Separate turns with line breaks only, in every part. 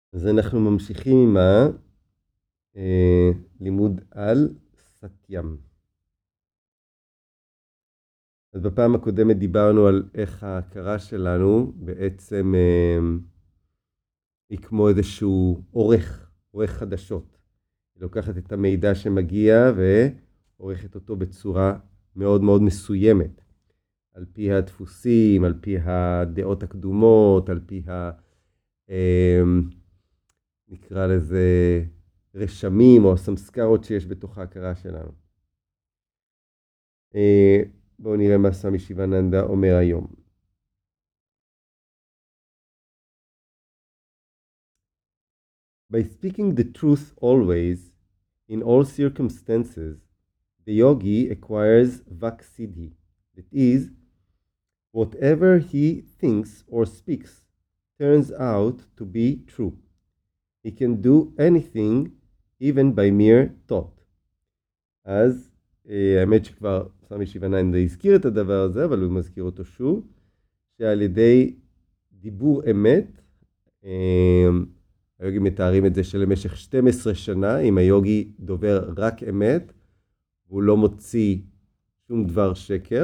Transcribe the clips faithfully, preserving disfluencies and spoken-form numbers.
אז אנחנו ממשיכים עם הלימוד על סטיים. אז בפעם הקודמת דיברנו על איך ההכרה שלנו בעצם היא כמו איזשהו עורך, עורך חדשות. היא לוקחת את המידע שמגיע ועורכת אותו בצורה מאוד מאוד מסוימת. על פי הדפוסים, על פי הדעות הקדומות, על פי ה... נקרא לזה רשמים או סמסקרות שיש בתוך ההכרה שלנו. בואו נראה מה סמי שיבננדה אומר היום. By speaking the truth always, in all circumstances, the yogi acquires vaksiddhi. That is, whatever he thinks or speaks turns out to be true. He can do anything even by mere thought. אז האמת שכבר סמי שיבננדה הזכיר את הדבר הזה, אבל הוא מזכיר אותו שוב, שעל ידי דיבור אמת, היוגים מתארים את זה שלמשך שתים עשרה שנה, אם היוגי דובר רק אמת, והוא לא מוציא שום דבר שקר,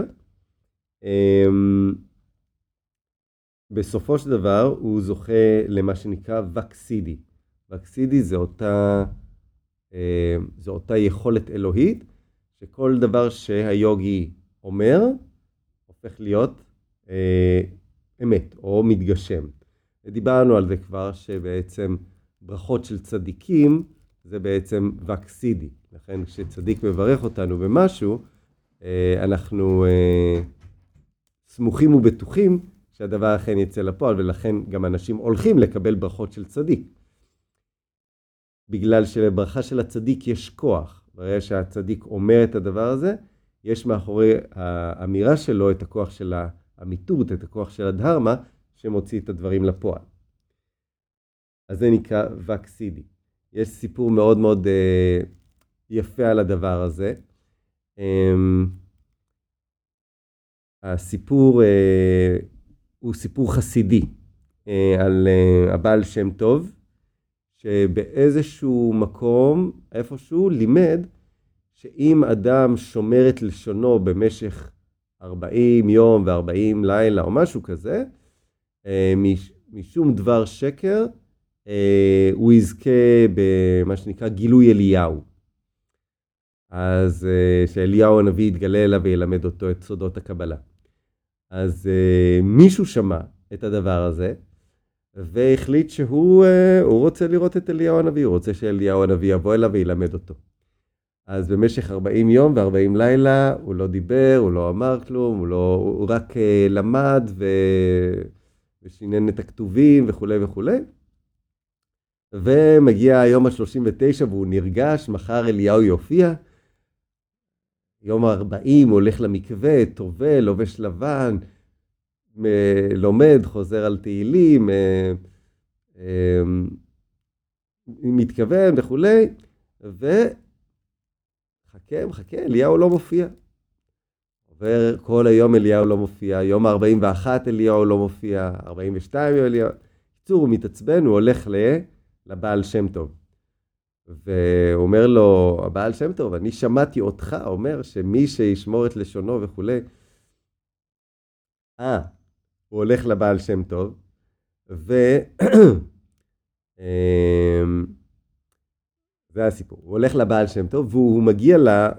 בסופו של דבר הוא זוכה למה שנקרא וקסידי. וקסידי זה אותה, זה אותה יכולת אלוהית, שכל דבר שהיוגי אומר, הופך להיות אמת או מתגשם. דיברנו על זה כבר שבעצם ברכות של צדיקים זה בעצם וקסידי. לכן כשצדיק מברך אותנו במשהו, אנחנו סמוכים ובטוחים שהדבר אכן יצא לפועל, ולכן גם אנשים הולכים לקבל ברכות של צדיק. בגלל שלברכה של הצדיק יש כוח. ברגע שהצדיק אומר את הדבר הזה, יש מאחורי האמירה שלו את הכוח של האמיתות, את הכוח של הדהרמה, שמוציא את הדברים לפועל. אז זה נקרא וקסידי. יש סיפור מאוד מאוד אה, יפה על הדבר הזה. אה, הסיפור אה, הוא סיפור חסידי אה, על אה, הבעל שם טוב, שבאיזשהו מקום, איפשהו, לימד שאם אדם שומר את לשונו במשך ארבעים יום ו-ארבעים לילה או משהו כזה, משום דבר שקר, הוא יזכה במה שנקרא גילוי אליהו. אז שאליהו הנביא יתגלה אליו וילמד אותו את סודות הקבלה. אז מישהו שמע את הדבר הזה, והחליט שהוא רוצה לראות את אליהו הנביא, הוא רוצה שאליהו הנביא יבוא אליו וילמד אותו. אז במשך ארבעים יום ו-ארבעים לילה הוא לא דיבר, הוא לא אמר כלום, הוא, לא, הוא רק למד ו... ושינן את הכתובים וכו' וכו'. ומגיע היום ה-שלושים ותשע והוא נרגש, מחר אליהו יופיע. יום ה-ארבעים הוא הולך למקווה, טובל, לובש לבן, לומד, חוזר על תהילים, מתכוון וכו'. וחכה, מחכה, אליהו לא מופיע. עובר כל היום אליהו לא מופיע, יום ה-ארבעים ואחת אליהו לא מופיע, ארבעים ושתיים אליהו. בקיצור, הוא מתעצבן, הוא הולך לבעל שם טוב. והוא אומר לו, הבעל שם טוב, אני שמעתי אותך, אומר שמי שישמור את לשונו וכו'. אה, הוא הולך לבעל שם טוב, ו... זה הסיפור. הוא הולך לבעל שם טוב, והוא מגיע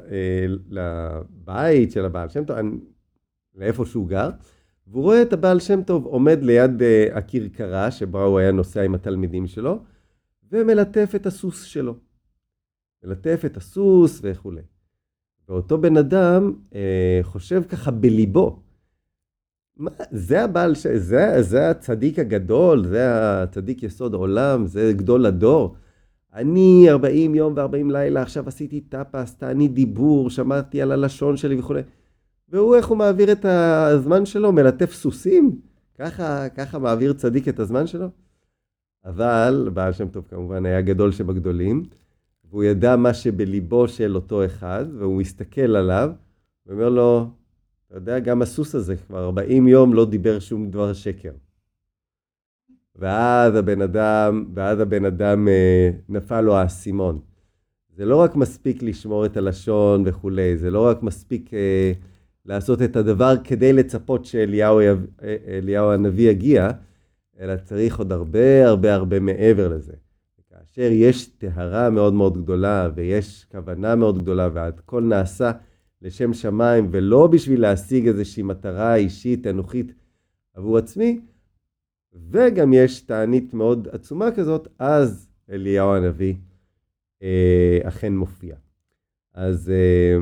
לבית של הבעל שם טוב, לאיפה שהוא גר, והוא רואה את הבעל שם טוב עומד ליד הכרכרה, שבה הוא היה נוסע עם התלמידים שלו, ומלטף את הסוס שלו. מלטף את הסוס וכו'. ואותו בן אדם חושב ככה בליבו, מה, זה הבעל, זה, זה הצדיק הגדול, זה הצדיק יסוד עולם, זה גדול הדור. אני ארבעים יום ו-ארבעים לילה, עכשיו עשיתי טאפס, תעני דיבור, שמעתי על הלשון שלי וכו'. והוא איך הוא מעביר את הזמן שלו, מלטף סוסים? ככה, ככה מעביר צדיק את הזמן שלו? אבל בעל שם טוב כמובן היה גדול שבגדולים, והוא ידע מה שבליבו של אותו אחד, והוא מסתכל עליו, ואומר לו, אתה יודע, גם הסוס הזה כבר ארבעים יום לא דיבר שום דבר שקר. ואז הבן אדם, ואז הבן אדם אה, נפל לו האסימון. זה לא רק מספיק לשמור את הלשון וכולי, זה לא רק מספיק אה, לעשות את הדבר כדי לצפות שאליהו אליהו הנביא יגיע, אלא צריך עוד הרבה הרבה הרבה מעבר לזה. כאשר יש טהרה מאוד מאוד גדולה, ויש כוונה מאוד גדולה, והכל נעשה לשם שמיים, ולא בשביל להשיג איזושהי מטרה אישית, אנוכית עבור עצמי, וגם יש תענית מאוד עצומה כזאת, אז אליהו הנביא אה, אכן מופיע. אז, אה,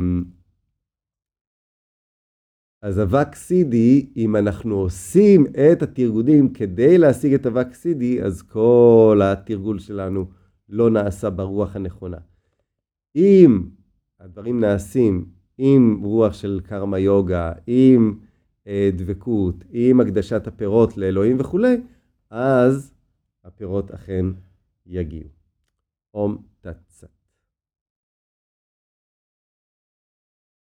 אז אבק סידי, אם אנחנו עושים את התרגולים כדי להשיג את אבק סידי, אז כל התרגול שלנו לא נעשה ברוח הנכונה. אם הדברים נעשים עם רוח של קרמה יוגה, עם אה, דבקות, עם הקדשת הפירות לאלוהים וכו', אז הפירות אכן יגיעו. אום תת סת.